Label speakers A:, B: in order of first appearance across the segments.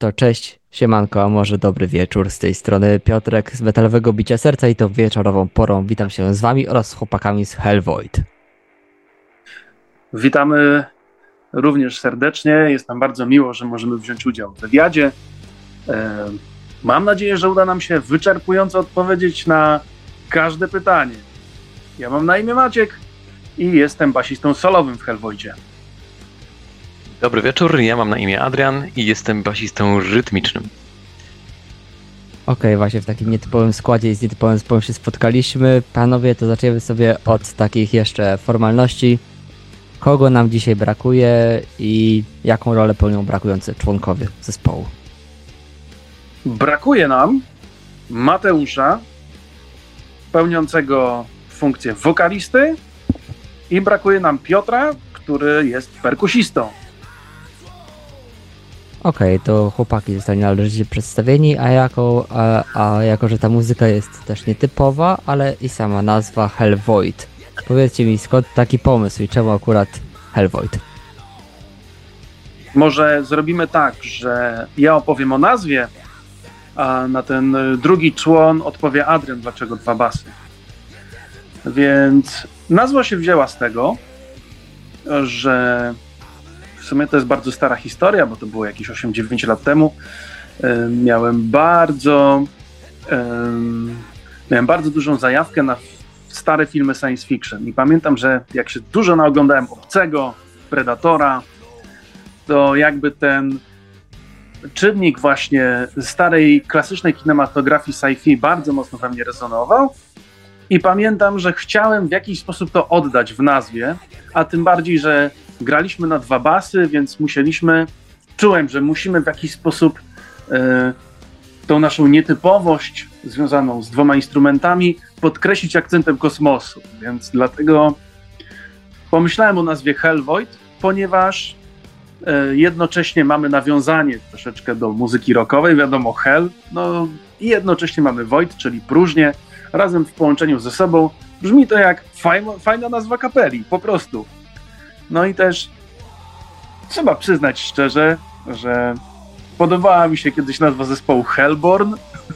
A: To cześć, siemanko, a może dobry wieczór. Z tej strony Piotrek z Metalowego Bicia Serca i tą wieczorową porą witam się z wami oraz z chłopakami z Hellvoid.
B: Witamy również serdecznie. Jest nam bardzo miło, że możemy wziąć udział w wywiadzie. Mam nadzieję, że uda nam się wyczerpująco odpowiedzieć na każde pytanie. Ja mam na imię Maciek i jestem basistą solowym w Hellvoidzie.
C: Dobry wieczór, ja mam na imię Adrian i jestem basistą rytmicznym.
A: Okej, właśnie w takim nietypowym składzie i z nietypowym zespołem się spotkaliśmy. Panowie, to zaczniemy sobie od takich jeszcze formalności. Kogo nam dzisiaj brakuje i jaką rolę pełnią brakujący członkowie zespołu?
B: Brakuje nam Mateusza, pełniącego funkcję wokalisty, i brakuje nam Piotra, który jest perkusistą.
A: Okej, to chłopaki zostali należycie przedstawieni, a jako, że ta muzyka jest też nietypowa, ale i sama nazwa Hellvoid. Powiedzcie mi, skąd taki pomysł i czemu akurat Hellvoid?
B: Może zrobimy tak, że ja opowiem o nazwie, a na ten drugi człon odpowie Adrian, dlaczego dwa basy. Więc nazwa się wzięła z tego, że w sumie to jest bardzo stara historia, bo to było jakieś 8-9 lat temu. Miałem bardzo dużą zajawkę na stare filmy science fiction i pamiętam, że jak się dużo naoglądałem Obcego, Predatora, to jakby ten czynnik właśnie starej, klasycznej kinematografii sci-fi bardzo mocno we mnie rezonował i pamiętam, że chciałem w jakiś sposób to oddać w nazwie, a tym bardziej, że graliśmy na dwa basy, więc czułem, że musimy w jakiś sposób tą naszą nietypowość związaną z dwoma instrumentami podkreślić akcentem kosmosu, więc dlatego pomyślałem o nazwie Hellvoid, ponieważ jednocześnie mamy nawiązanie troszeczkę do muzyki rockowej, wiadomo Hell, no i jednocześnie mamy Void, czyli próżnię, razem w połączeniu ze sobą. Brzmi to jak fajna nazwa kapeli, po prostu. No i też trzeba przyznać szczerze, że podobała mi się kiedyś nazwa zespołu Hellborn,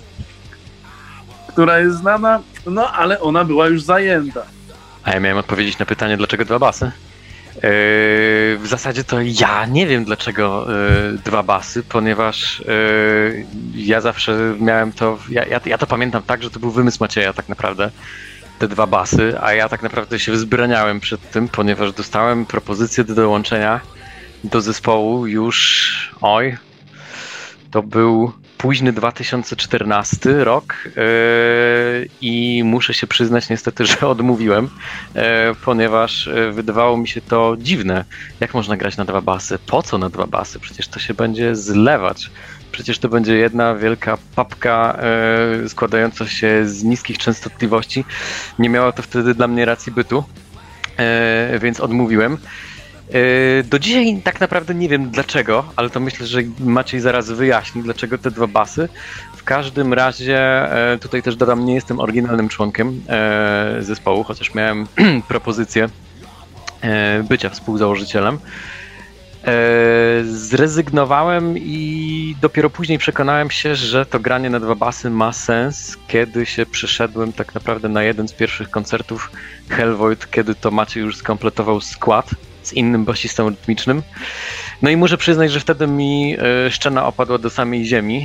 B: która jest znana, no ale ona była już zajęta.
C: A ja miałem odpowiedzieć na pytanie, dlaczego dwa basy? W zasadzie to ja nie wiem, dlaczego dwa basy, ponieważ ja zawsze miałem to, ja to pamiętam tak, że to był wymysł Macieja tak naprawdę, te dwa basy, a ja tak naprawdę się wzbraniałem przed tym, ponieważ dostałem propozycję do dołączenia do zespołu już, to był późny 2014 rok i muszę się przyznać niestety, że odmówiłem, ponieważ wydawało mi się to dziwne. Jak można grać na dwa basy? Po co na dwa basy? Przecież to się będzie zlewać. Przecież to będzie jedna wielka papka składająca się z niskich częstotliwości. Nie miało to wtedy dla mnie racji bytu, więc odmówiłem. Do dzisiaj tak naprawdę nie wiem dlaczego, ale to myślę, że Maciej zaraz wyjaśni, dlaczego te dwa basy. W każdym razie, tutaj też dodam, nie jestem oryginalnym członkiem zespołu, chociaż miałem propozycję bycia współzałożycielem. Zrezygnowałem i dopiero później przekonałem się, że to granie na dwa basy ma sens, kiedy się przeszedłem tak naprawdę na jeden z pierwszych koncertów Hellvoid, kiedy to Maciej już skompletował skład z innym basistą rytmicznym. No i muszę przyznać, że wtedy mi szczena opadła do samej ziemi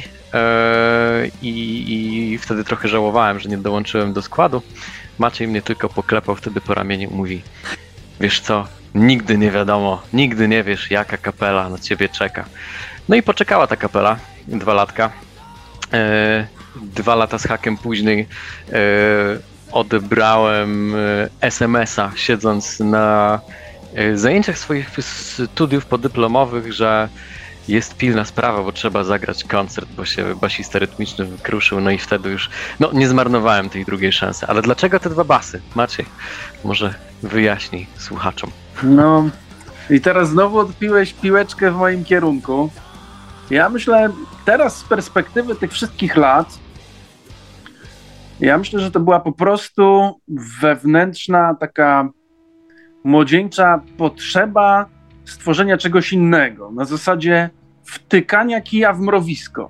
C: i wtedy trochę żałowałem, że nie dołączyłem do składu. Maciej mnie tylko poklepał wtedy po ramieniu i mówi: wiesz co, nigdy nie wiadomo, nigdy nie wiesz, jaka kapela na ciebie czeka. No i poczekała ta kapela 2 latka. 2 lata z hakiem później odebrałem SMS-a, siedząc na zajęciach swoich studiów podyplomowych, że jest pilna sprawa, bo trzeba zagrać koncert, bo się basista rytmiczny wykruszył, no i wtedy już nie zmarnowałem tej drugiej szansy. Ale dlaczego te dwa basy? Maciej, może wyjaśnij słuchaczom.
B: No i teraz znowu odpiłeś piłeczkę w moim kierunku. Ja myślę, teraz z perspektywy tych wszystkich lat, ja myślę, że to była po prostu wewnętrzna taka młodzieńcza potrzeba stworzenia czegoś innego. Na zasadzie wtykania kija w mrowisko.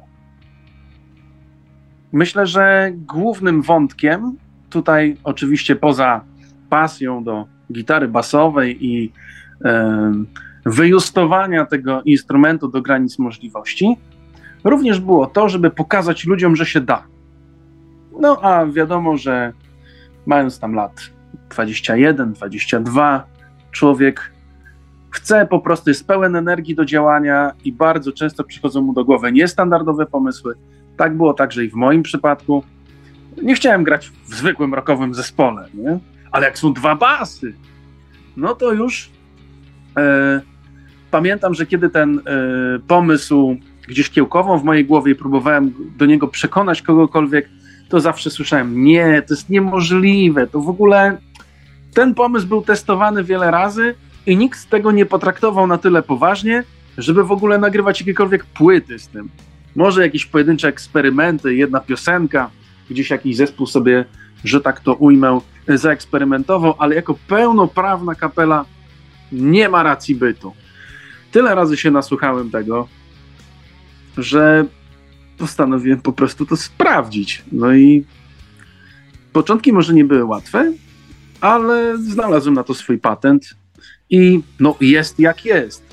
B: Myślę, że głównym wątkiem tutaj, oczywiście poza pasją do gitary basowej i wyjustowania tego instrumentu do granic możliwości, również było to, żeby pokazać ludziom, że się da. No a wiadomo, że mając tam lat 21, 22, człowiek chce po prostu, jest pełen energii do działania i bardzo często przychodzą mu do głowy niestandardowe pomysły. Tak było także i w moim przypadku. Nie chciałem grać w zwykłym rockowym zespole, nie? Ale jak są dwa basy, no to już pamiętam, że kiedy ten pomysł gdzieś kiełkował w mojej głowie i próbowałem do niego przekonać kogokolwiek, to zawsze słyszałem: nie, to jest niemożliwe, to w ogóle ten pomysł był testowany wiele razy i nikt tego nie potraktował na tyle poważnie, żeby w ogóle nagrywać jakiekolwiek płyty z tym. Może jakieś pojedyncze eksperymenty, jedna piosenka, gdzieś jakiś zespół sobie, że tak to ujmę, zaeksperymentował, ale jako pełnoprawna kapela nie ma racji bytu. Tyle razy się nasłuchałem tego, że postanowiłem po prostu to sprawdzić. No i początki może nie były łatwe, ale znalazłem na to swój patent i no jest jak jest.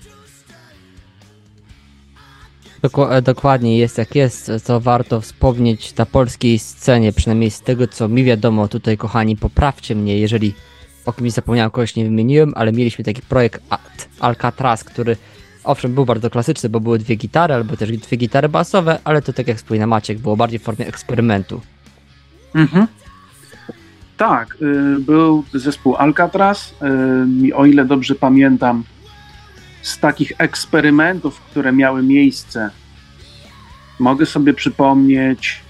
A: Dokładnie jest jak jest, co warto wspomnieć na polskiej scenie, przynajmniej z tego co mi wiadomo. Tutaj, kochani, poprawcie mnie, jeżeli o kimś zapomniałem, kogoś nie wymieniłem, ale mieliśmy taki projekt Alcatraz, który owszem był bardzo klasyczny, bo były dwie gitary, albo też dwie gitary basowe, ale to tak jak wspomina Maciek, było bardziej w formie eksperymentu.
B: Mhm. Tak, był zespół Alcatraz, o ile dobrze pamiętam, z takich eksperymentów, które miały miejsce, mogę sobie przypomnieć,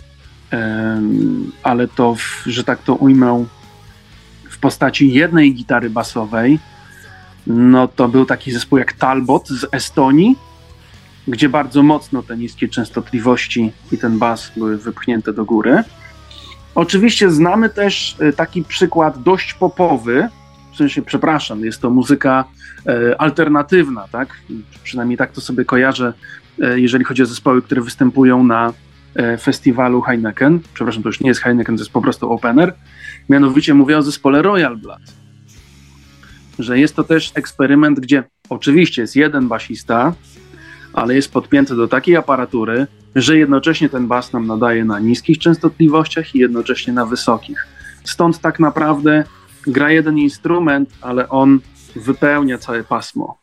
B: ale to, że tak to ujmę, w postaci jednej gitary basowej, no to był taki zespół jak Talbot z Estonii, gdzie bardzo mocno te niskie częstotliwości i ten bas były wypchnięte do góry. Oczywiście znamy też taki przykład dość popowy, w sensie, przepraszam, jest to muzyka alternatywna, tak? Przynajmniej tak to sobie kojarzę, jeżeli chodzi o zespoły, które występują na festiwalu Heineken. Przepraszam, to już nie jest Heineken, to jest po prostu opener. Mianowicie mówię o zespole Royal Blood. Że jest to też eksperyment, gdzie oczywiście jest jeden basista, ale jest podpięty do takiej aparatury, że jednocześnie ten bas nam nadaje na niskich częstotliwościach i jednocześnie na wysokich. Stąd tak naprawdę gra jeden instrument, ale on wypełnia całe pasmo.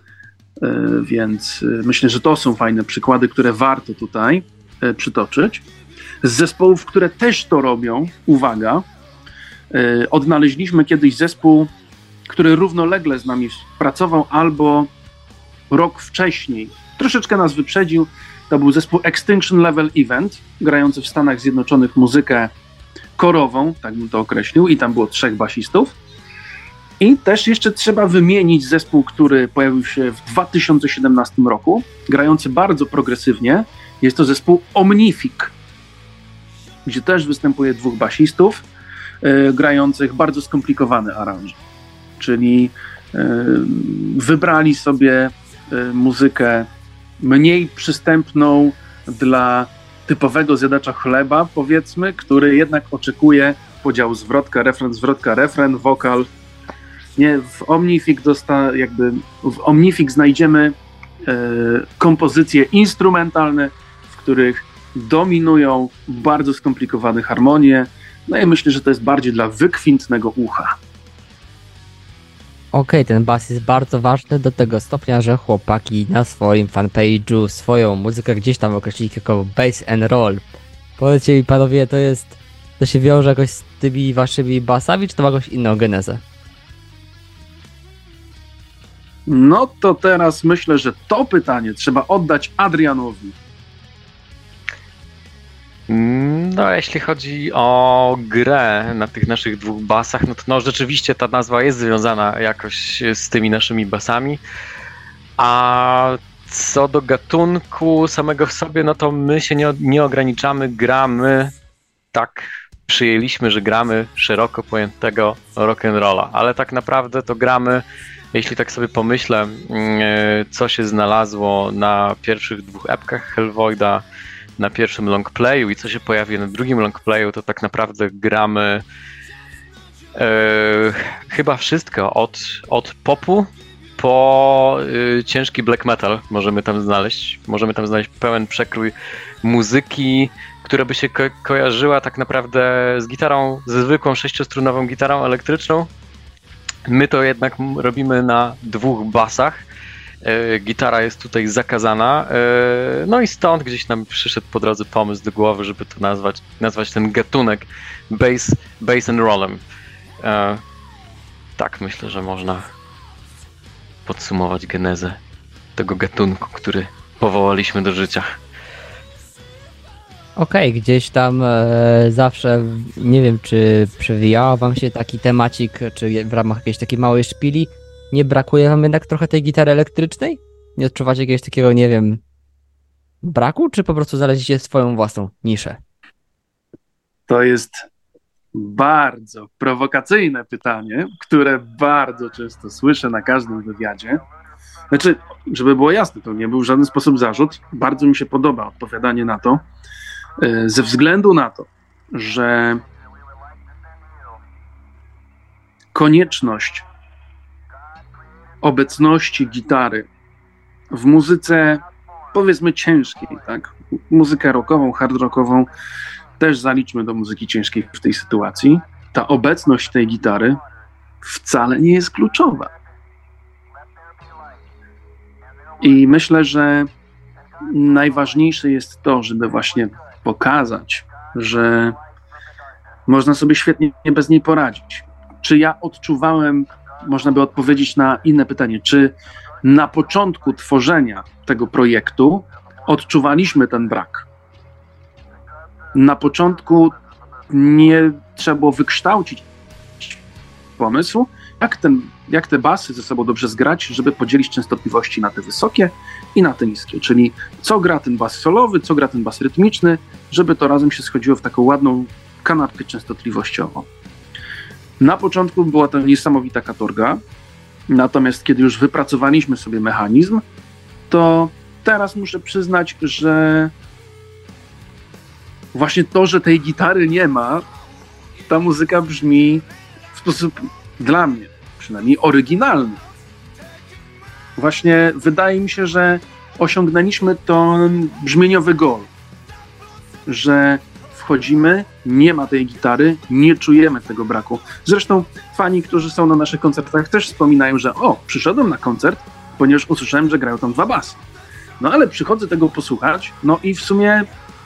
B: Więc myślę, że to są fajne przykłady, które warto tutaj przytoczyć. Z zespołów, które też to robią, uwaga, odnaleźliśmy kiedyś zespół, który równolegle z nami pracował albo rok wcześniej, troszeczkę nas wyprzedził. To był zespół Extinction Level Event, grający w Stanach Zjednoczonych muzykę korową, tak bym to określił, i tam było 3 basistów. I też jeszcze trzeba wymienić zespół, który pojawił się w 2017 roku, grający bardzo progresywnie. Jest to zespół Omnific, gdzie też występuje 2 basistów, grających bardzo skomplikowany aranż. Czyli wybrali sobie muzykę mniej przystępną dla typowego zjadacza chleba, powiedzmy, który jednak oczekuje podziału zwrotka, refren, wokal. Nie, w Omnific znajdziemy kompozycje instrumentalne, w których dominują bardzo skomplikowane harmonie. No i myślę, że to jest bardziej dla wykwintnego ucha.
A: Okej, ten bas jest bardzo ważny do tego stopnia, że chłopaki na swoim fanpage'u swoją muzykę gdzieś tam określili jako bass and roll. Powiedzcie mi, panowie, to się wiąże jakoś z tymi waszymi basami, czy to ma jakąś inną genezę?
B: No to teraz myślę, że to pytanie trzeba oddać Adrianowi.
C: No, jeśli chodzi o grę na tych naszych 2 basach, no to no, rzeczywiście ta nazwa jest związana jakoś z tymi naszymi basami. A co do gatunku samego w sobie, no to my się nie ograniczamy, gramy, tak przyjęliśmy, że gramy szeroko pojętego rock'n'rolla, ale tak naprawdę to gramy jeśli tak sobie pomyślę, co się znalazło na pierwszych 2 epkach Hellvoida, na pierwszym longplayu i co się pojawi na drugim longplayu, to tak naprawdę gramy chyba wszystko, od popu po ciężki black metal możemy tam znaleźć. Możemy tam znaleźć pełen przekrój muzyki, która by się kojarzyła tak naprawdę z gitarą, ze zwykłą 6-strunową gitarą elektryczną. My to jednak robimy na 2 basach. Gitara jest tutaj zakazana. No i stąd gdzieś nam przyszedł po drodze pomysł do głowy, żeby to nazwać ten gatunek bass and rollem. Tak, myślę, że można podsumować genezę tego gatunku, który powołaliśmy do życia.
A: Okej, gdzieś tam zawsze, nie wiem, czy przewijała wam się taki temacik, czy w ramach jakiejś takiej małej szpili, nie brakuje wam jednak trochę tej gitary elektrycznej? Nie odczuwacie jakiegoś takiego, nie wiem, braku, czy po prostu znaleźliście swoją własną niszę?
B: To jest bardzo prowokacyjne pytanie, które bardzo często słyszę na każdym wywiadzie. Znaczy, żeby było jasne, to nie był w żaden sposób zarzut. Bardzo mi się podoba odpowiadanie na to, ze względu na to, że konieczność obecności gitary w muzyce, powiedzmy, ciężkiej, tak? Muzykę rockową, hard rockową też zaliczmy do muzyki ciężkiej w tej sytuacji. Ta obecność tej gitary wcale nie jest kluczowa. I myślę, że najważniejsze jest to, żeby właśnie pokazać, że można sobie świetnie bez niej poradzić. Czy ja odczuwałem, można by odpowiedzieć na inne pytanie, czy na początku tworzenia tego projektu odczuwaliśmy ten brak? Na początku nie trzeba było wykształcić pomysłu, jak te basy ze sobą dobrze zgrać, żeby podzielić częstotliwości na te wysokie i na te niskie, czyli co gra ten bas solowy, co gra ten bas rytmiczny, żeby to razem się schodziło w taką ładną kanapkę częstotliwościową. Na początku była to niesamowita katorga, natomiast kiedy już wypracowaliśmy sobie mechanizm, to teraz muszę przyznać, że właśnie to, że tej gitary nie ma, ta muzyka brzmi w sposób dla mnie przynajmniej oryginalny. Właśnie wydaje mi się, że osiągnęliśmy ten brzmieniowy goal, że wchodzimy, nie ma tej gitary, nie czujemy tego braku. Zresztą fani, którzy są na naszych koncertach, też wspominają, że przyszedłem na koncert, ponieważ usłyszałem, że grają tam 2 basy. No ale przychodzę tego posłuchać, no i w sumie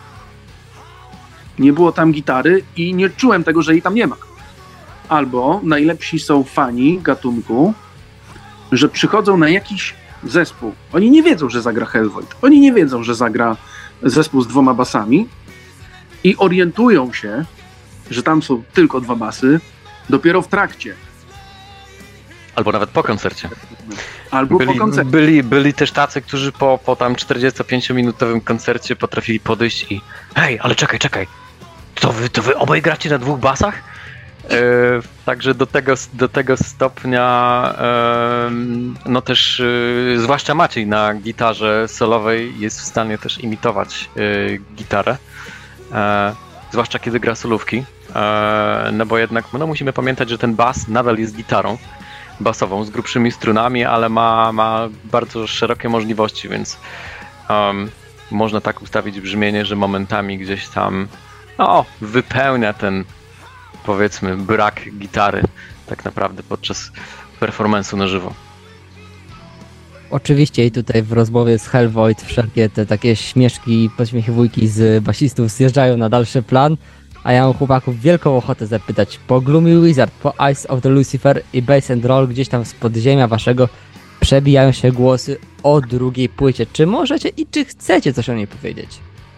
B: nie było tam gitary i nie czułem tego, że jej tam nie ma. Albo najlepsi są fani gatunku, że przychodzą na jakiś zespół. Oni nie wiedzą, że zagra Hellvoid. Oni nie wiedzą, że zagra zespół z 2 basami i orientują się, że tam są tylko 2 basy dopiero w trakcie.
C: Albo nawet po koncercie.
B: Po koncercie.
C: Byli też tacy, którzy po tam 45-minutowym koncercie potrafili podejść i hej, ale czekaj, to wy obaj gracie na 2 basach? Także do tego stopnia no też zwłaszcza Maciej na gitarze solowej jest w stanie też imitować gitarę, zwłaszcza kiedy gra solówki, no bo jednak musimy pamiętać, że ten bas nadal jest gitarą basową z grubszymi strunami, ale ma bardzo szerokie możliwości, więc można tak ustawić brzmienie, że momentami gdzieś tam wypełnia ten, powiedzmy, brak gitary tak naprawdę podczas performance'u na żywo.
A: Oczywiście i tutaj w rozmowie z Hellvoid wszelkie te takie śmieszki, podśmiechywujki z basistów zjeżdżają na dalszy plan, a ja mam chłopaków wielką ochotę zapytać po Gloomy Wizard, po Eyes of the Lucifer i Bass and Roll gdzieś tam z podziemia waszego przebijają się głosy o drugiej płycie. Czy możecie i czy chcecie coś o niej powiedzieć?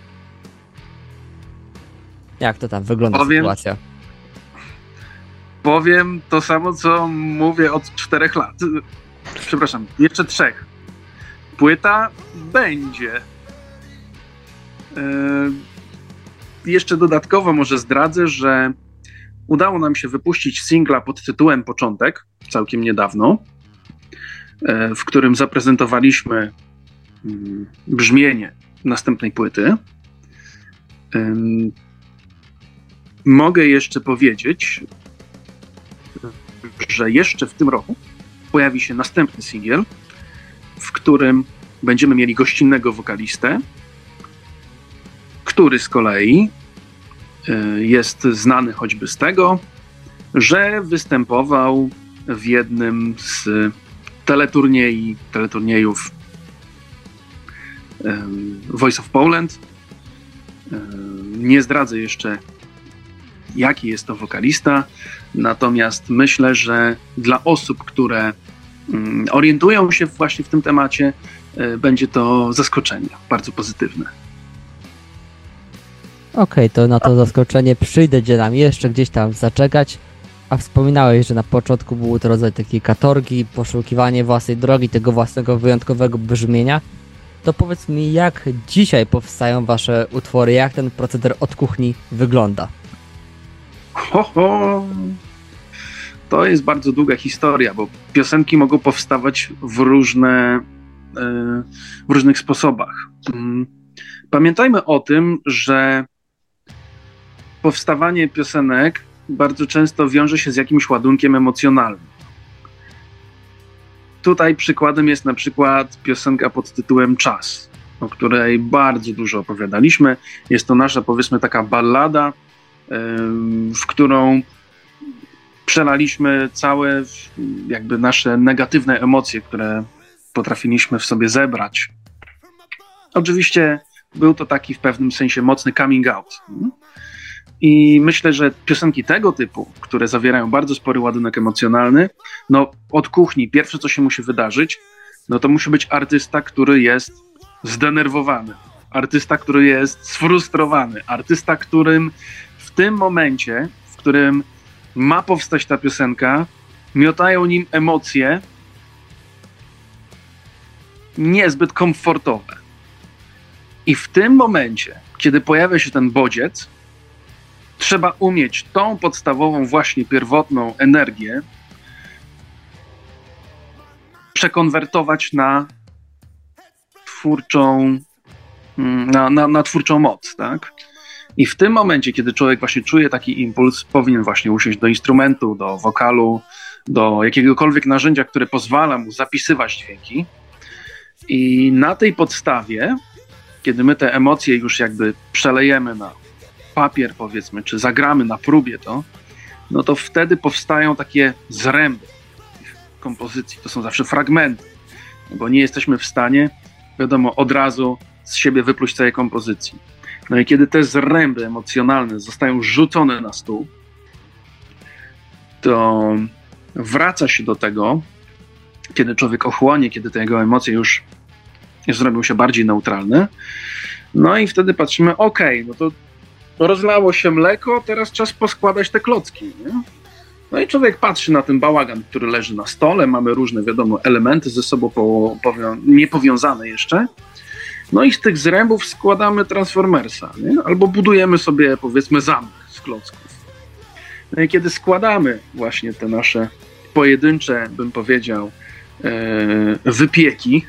A: Jak to tam wygląda sytuacja?
B: Powiem to samo, co mówię od 4 lat. Przepraszam, jeszcze 3. Płyta będzie. Jeszcze dodatkowo może zdradzę, że udało nam się wypuścić singla pod tytułem Początek, całkiem niedawno. w którym zaprezentowaliśmy brzmienie następnej płyty. Mogę jeszcze powiedzieć, że jeszcze w tym roku pojawi się następny singiel, w którym będziemy mieli gościnnego wokalistę, który z kolei jest znany choćby z tego, że występował w jednym z teleturniejów Voice of Poland. Nie zdradzę jeszcze, jaki jest to wokalista, natomiast myślę, że dla osób, które orientują się właśnie w tym temacie, będzie to zaskoczenie bardzo pozytywne.
A: Okej, to na to zaskoczenie przyjdzie nam jeszcze gdzieś tam zaczekać. A wspominałeś, że na początku był to rodzaj takiej katorgi, poszukiwanie własnej drogi, tego własnego wyjątkowego brzmienia. To powiedz mi, jak dzisiaj powstają wasze utwory, jak ten proceder od kuchni wygląda?
B: To jest bardzo długa historia, bo piosenki mogą powstawać w różnych sposobach. Pamiętajmy o tym, że powstawanie piosenek bardzo często wiąże się z jakimś ładunkiem emocjonalnym. Tutaj przykładem jest na przykład piosenka pod tytułem Czas, o której bardzo dużo opowiadaliśmy. Jest to nasza, powiedzmy, taka ballada, w którą przelaliśmy całe jakby nasze negatywne emocje, które potrafiliśmy w sobie zebrać. Oczywiście był to taki w pewnym sensie mocny coming out. I myślę, że piosenki tego typu, które zawierają bardzo spory ładunek emocjonalny, no od kuchni pierwsze, co się musi wydarzyć, no to musi być artysta, który jest zdenerwowany, artysta, który jest sfrustrowany, artysta, którym w tym momencie, w którym ma powstać ta piosenka, miotają nim emocje niezbyt komfortowe. I w tym momencie, kiedy pojawia się ten bodziec, trzeba umieć tą podstawową, właśnie pierwotną energię przekonwertować na twórczą, na twórczą moc, tak? I w tym momencie, kiedy człowiek właśnie czuje taki impuls, powinien właśnie usiąść do instrumentu, do wokalu, do jakiegokolwiek narzędzia, które pozwala mu zapisywać dźwięki. I na tej podstawie, kiedy my te emocje już jakby przelejemy na papier, powiedzmy, czy zagramy na próbie to, no to wtedy powstają takie zręby kompozycji. To są zawsze fragmenty, bo nie jesteśmy w stanie, wiadomo, od razu z siebie wypluć całej kompozycji. No i kiedy te zręby emocjonalne zostają rzucone na stół, to wraca się do tego, kiedy człowiek ochłonie, kiedy te jego emocje już zrobią się bardziej neutralne. No i wtedy patrzymy, no to rozlało się mleko, teraz czas poskładać te klocki, nie? No i człowiek patrzy na ten bałagan, który leży na stole, mamy różne, wiadomo, elementy ze sobą niepowiązane jeszcze. No i z tych zrębów składamy Transformersa, nie? Albo budujemy sobie, powiedzmy, zamek z klocków. No i kiedy składamy właśnie te nasze pojedyncze, bym powiedział, wypieki,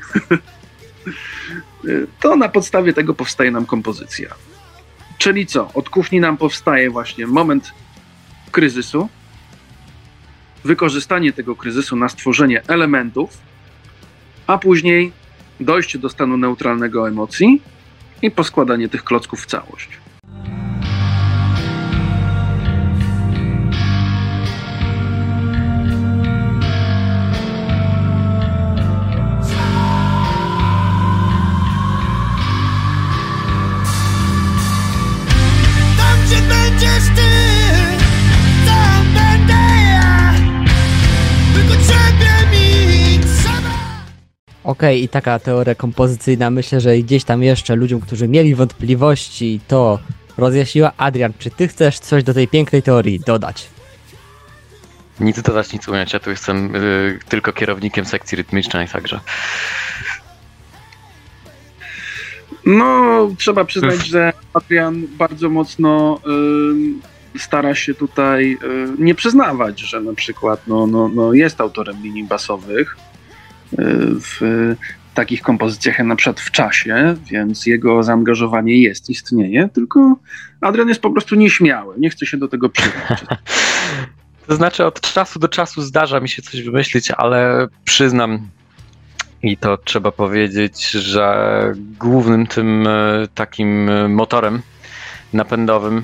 B: to na podstawie tego powstaje nam kompozycja. Czyli co? Od kuchni nam powstaje właśnie moment kryzysu, wykorzystanie tego kryzysu na stworzenie elementów, a później dojście do stanu neutralnego emocji i poskładanie tych klocków w całość.
A: Okej, i taka teoria kompozycyjna, myślę, że gdzieś tam jeszcze ludziom, którzy mieli wątpliwości, to rozjaśniła. Adrian, czy ty chcesz coś do tej pięknej teorii dodać?
C: Nic dodać, nic ująć. Ja tu jestem tylko kierownikiem sekcji rytmicznej, także...
B: No, trzeba przyznać, że Adrian bardzo mocno stara się tutaj nie przyznawać, że na przykład jest autorem linii basowych. w takich kompozycjach, jak na przykład w czasie, więc jego zaangażowanie istnieje, tylko Adrian jest po prostu nieśmiały, nie chce się do tego przyznać.
C: To znaczy od czasu do czasu zdarza mi się coś wymyślić, ale przyznam, i to trzeba powiedzieć, że głównym tym takim motorem napędowym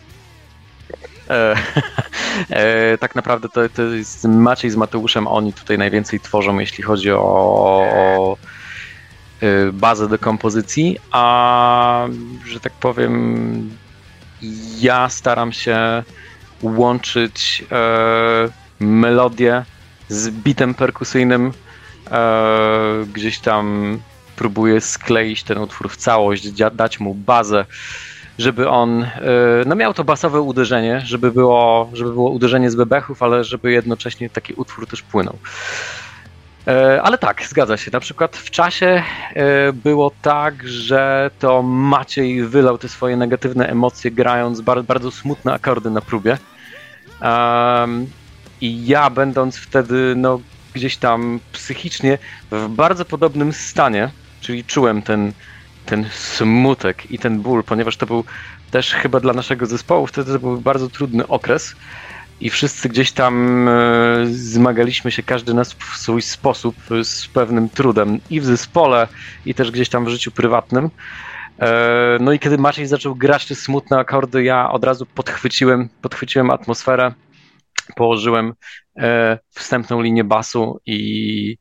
C: tak naprawdę to jest Maciej z Mateuszem, oni tutaj najwięcej tworzą, jeśli chodzi o bazę do kompozycji, a że tak powiem, ja staram się łączyć melodię z bitem perkusyjnym, gdzieś tam próbuję skleić ten utwór w całość, dać mu bazę, żeby on miał to basowe uderzenie, żeby było uderzenie z bebechów, ale żeby jednocześnie taki utwór też płynął. Ale tak, zgadza się. Na przykład w czasie było tak, że to Maciej wylał te swoje negatywne emocje, grając bardzo smutne akordy na próbie. I ja, będąc wtedy gdzieś tam psychicznie w bardzo podobnym stanie, czyli czułem ten smutek i ten ból, ponieważ to był też chyba dla naszego zespołu wtedy to był bardzo trudny okres i wszyscy gdzieś tam zmagaliśmy się każdy na swój sposób z pewnym trudem i w zespole, i też gdzieś tam w życiu prywatnym. No i kiedy Maciej zaczął grać te smutne akordy, ja od razu podchwyciłem atmosferę, położyłem wstępną linię basu i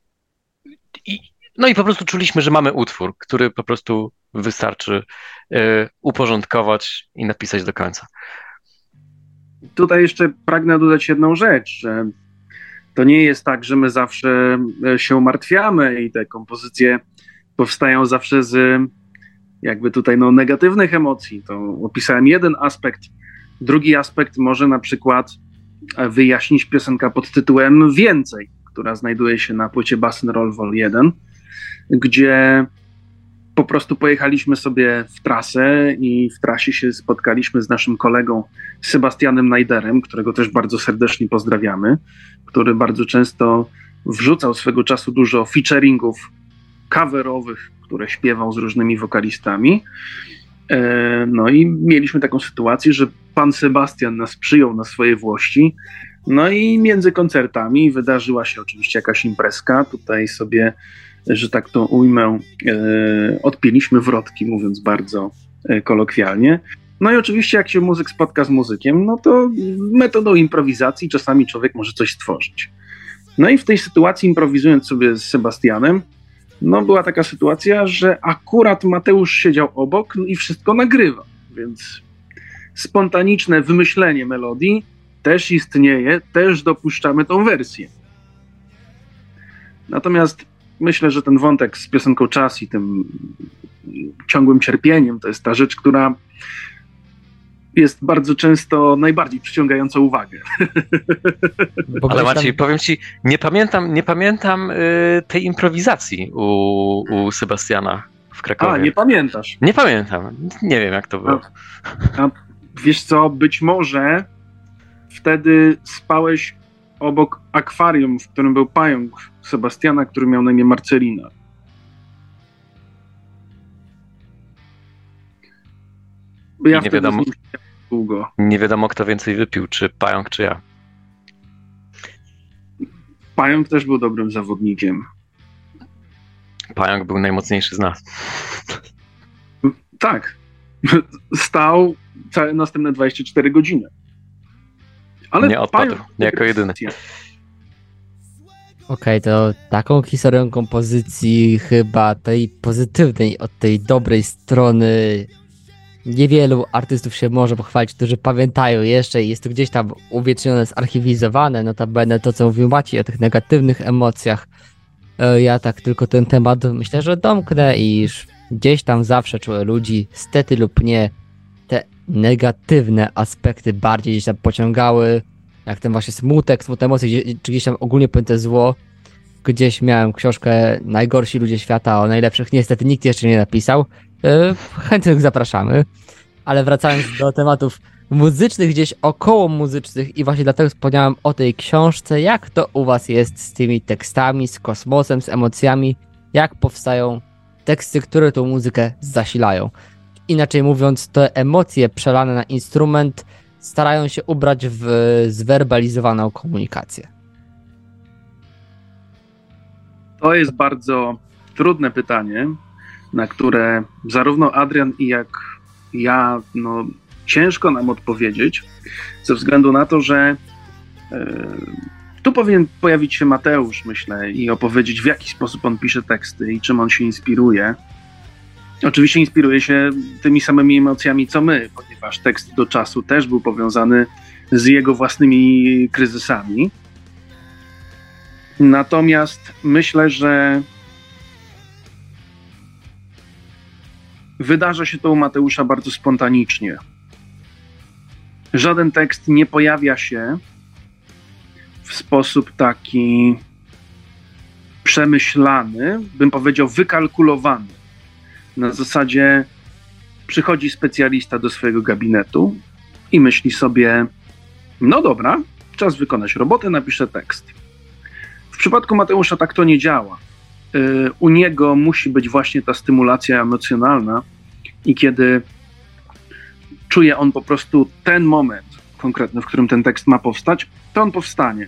C: po prostu czuliśmy, że mamy utwór, który po prostu wystarczy uporządkować i napisać do końca.
B: Tutaj jeszcze pragnę dodać jedną rzecz, że to nie jest tak, że my zawsze się martwiamy i te kompozycje powstają zawsze z jakby tutaj negatywnych emocji. To opisałem jeden aspekt. Drugi aspekt może na przykład wyjaśnić piosenka pod tytułem Więcej, która znajduje się na płycie Bass Roll Vol. 1, gdzie po prostu pojechaliśmy sobie w trasę i w trasie się spotkaliśmy z naszym kolegą Sebastianem Najderem, którego też bardzo serdecznie pozdrawiamy, który bardzo często wrzucał swego czasu dużo featuringów coverowych, które śpiewał z różnymi wokalistami. No i mieliśmy taką sytuację, że pan Sebastian nas przyjął na swoje włości. No i między koncertami wydarzyła się oczywiście jakaś imprezka. Tutaj sobie, że tak to ujmę, odpięliśmy wrotki, mówiąc bardzo kolokwialnie. No i oczywiście jak się muzyk spotka z muzykiem, no to metodą improwizacji czasami człowiek może coś stworzyć. No i w tej sytuacji, improwizując sobie z Sebastianem, była taka sytuacja, że akurat Mateusz siedział obok i wszystko nagrywa, więc spontaniczne wymyślenie melodii też istnieje, też dopuszczamy tą wersję. Natomiast myślę, że ten wątek z piosenką Czas i tym ciągłym cierpieniem to jest ta rzecz, która jest bardzo często najbardziej przyciągająca uwagę.
C: Ale Maciej, powiem ci, nie pamiętam tej improwizacji u Sebastiana w Krakowie.
B: A, nie pamiętasz?
C: Nie pamiętam. Nie wiem, jak to było.
B: A wiesz co, być może wtedy spałeś obok akwarium, w którym był pająk Sebastiana, który miał na imię Marcelina. Ja
C: nie wiadomo, długo. Nie wiadomo, kto więcej wypił, czy pająk, czy ja.
B: Pająk też był dobrym zawodnikiem.
C: Pająk był najmocniejszy z nas.
B: Tak. Stał całe następne 24 godziny. Ale
C: nie odpadł, jako jedyny.
A: Okej, to taką historią kompozycji chyba tej pozytywnej, od tej dobrej strony niewielu artystów się może pochwalić, którzy pamiętają jeszcze i jest to gdzieś tam uwiecznione, zarchiwizowane, notabene to, co mówił Maciej o tych negatywnych emocjach. Ja tak tylko ten temat myślę, że domknę, iż gdzieś tam zawsze czułem ludzi, stety lub nie, te negatywne aspekty bardziej gdzieś tam pociągały, jak ten właśnie smutek, smutne emocje, czy gdzieś tam ogólnie pojęte zło. Gdzieś miałem książkę Najgorsi ludzie świata, o najlepszych niestety nikt jeszcze nie napisał. Chętnych zapraszamy. Ale wracając do tematów muzycznych, gdzieś około muzycznych i właśnie dlatego wspomniałem o tej książce. Jak to u was jest z tymi tekstami, z kosmosem, z emocjami? Jak powstają teksty, które tą muzykę zasilają? Inaczej mówiąc, te emocje przelane na instrument starają się ubrać w zwerbalizowaną komunikację.
B: To jest bardzo trudne pytanie, na które zarówno Adrian i jak ja, ciężko nam odpowiedzieć, ze względu na to, że tu powinien pojawić się Mateusz, myślę, i opowiedzieć, w jaki sposób on pisze teksty i czym on się inspiruje. Oczywiście inspiruje się tymi samymi emocjami, co my, ponieważ tekst do czasu też był powiązany z jego własnymi kryzysami. Natomiast myślę, że wydarza się to u Mateusza bardzo spontanicznie. Żaden tekst nie pojawia się w sposób taki przemyślany, bym powiedział wykalkulowany. Na zasadzie przychodzi specjalista do swojego gabinetu i myśli sobie, no dobra, czas wykonać robotę, napiszę tekst. W przypadku Mateusza tak to nie działa. U niego musi być właśnie ta stymulacja emocjonalna i kiedy czuje on po prostu ten moment konkretny, w którym ten tekst ma powstać, to on powstanie.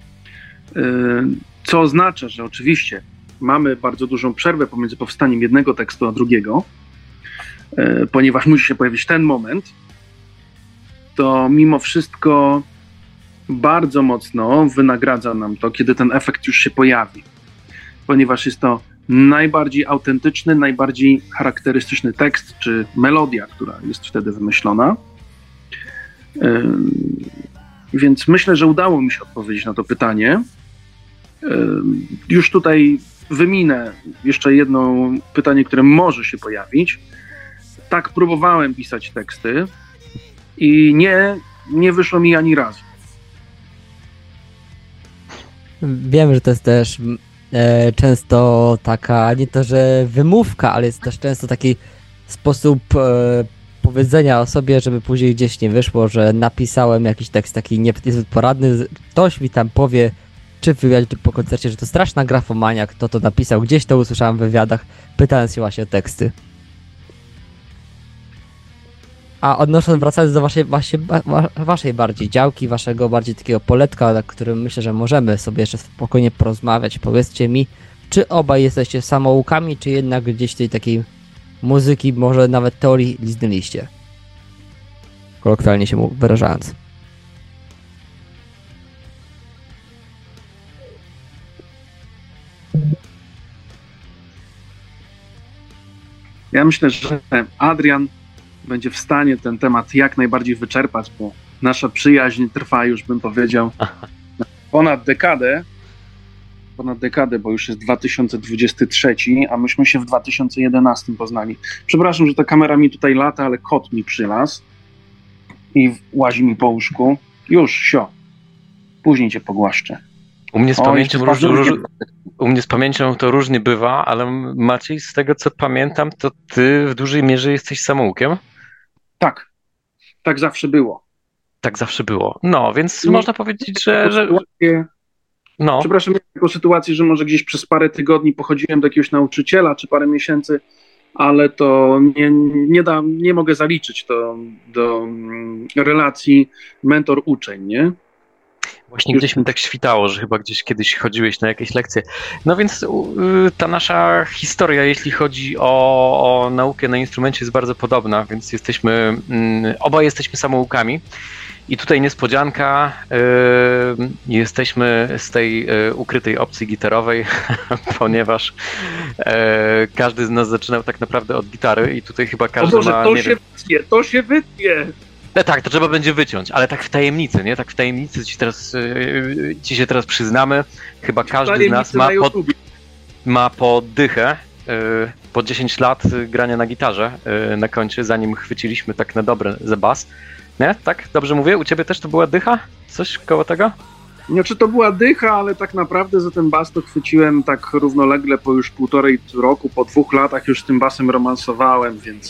B: Co oznacza, że oczywiście mamy bardzo dużą przerwę pomiędzy powstaniem jednego tekstu a drugiego, ponieważ musi się pojawić ten moment, to mimo wszystko bardzo mocno wynagradza nam to, kiedy ten efekt już się pojawi, ponieważ jest to najbardziej autentyczny, najbardziej charakterystyczny tekst czy melodia, która jest wtedy wymyślona. Więc myślę, że udało mi się odpowiedzieć na to pytanie. Już tutaj wyminę jeszcze jedno pytanie, które może się pojawić. Tak, próbowałem pisać teksty i nie wyszło mi ani razu.
A: Wiem, że to jest też często taka, nie to, że wymówka, ale jest też często taki sposób powiedzenia o sobie, żeby później gdzieś nie wyszło, że napisałem jakiś tekst taki niezbyt poradny. Ktoś mi tam powie, czy w wywiadzie, czy po koncercie, że to straszna grafomania, kto to napisał. Gdzieś to usłyszałem w wywiadach, pytając się właśnie o teksty. A wracając do waszej bardziej działki, waszego bardziej takiego poletka, na którym myślę, że możemy sobie jeszcze spokojnie porozmawiać. Powiedzcie mi, czy obaj jesteście samoukami, czy jednak gdzieś tej takiej muzyki, może nawet teorii liznęliście? Kolokwialnie się wyrażając.
B: Ja myślę, że Adrian będzie w stanie ten temat jak najbardziej wyczerpać, bo nasza przyjaźń trwa już, bym powiedział, ponad dekadę, bo już jest 2023, a myśmy się w 2011 poznali. Przepraszam, że ta kamera mi tutaj lata, ale kot mi przylazł i łazi mi po łóżku. Już, sio. Później cię pogłaszczę.
C: U mnie z pamięcią to różnie bywa, ale Maciej, z tego co pamiętam, to ty w dużej mierze jesteś samoukiem?
B: Tak. Tak zawsze było.
C: Tak zawsze było. No, więc można powiedzieć, że... No.
B: Przepraszam, miałem taką sytuację, że może gdzieś przez parę tygodni pochodziłem do jakiegoś nauczyciela, czy parę miesięcy, ale to nie mogę zaliczyć to do relacji mentor-uczeń, nie?
C: Właśnie gdzieś mi tak świtało, że chyba gdzieś kiedyś chodziłeś na jakieś lekcje. No więc ta nasza historia, jeśli chodzi o naukę na instrumencie, jest bardzo podobna, więc obaj jesteśmy samoukami. I tutaj niespodzianka, jesteśmy z tej ukrytej opcji gitarowej, ponieważ każdy z nas zaczynał tak naprawdę od gitary i tutaj chyba każdy ma...
B: To się wytnie!
C: Tak, to trzeba będzie wyciąć, ale tak w tajemnicy, nie? Tak w tajemnicy ci się teraz przyznamy, chyba każdy z nas ma po dychę, po 10 lat grania na gitarze na koncie, zanim chwyciliśmy tak na dobre za bas. Nie? Tak? Dobrze mówię? U ciebie też to była dycha? Coś koło tego?
B: Znaczy to była dycha, ale tak naprawdę za ten bas to chwyciłem tak równolegle po już 1,5 roku, po 2 latach już z tym basem romansowałem, więc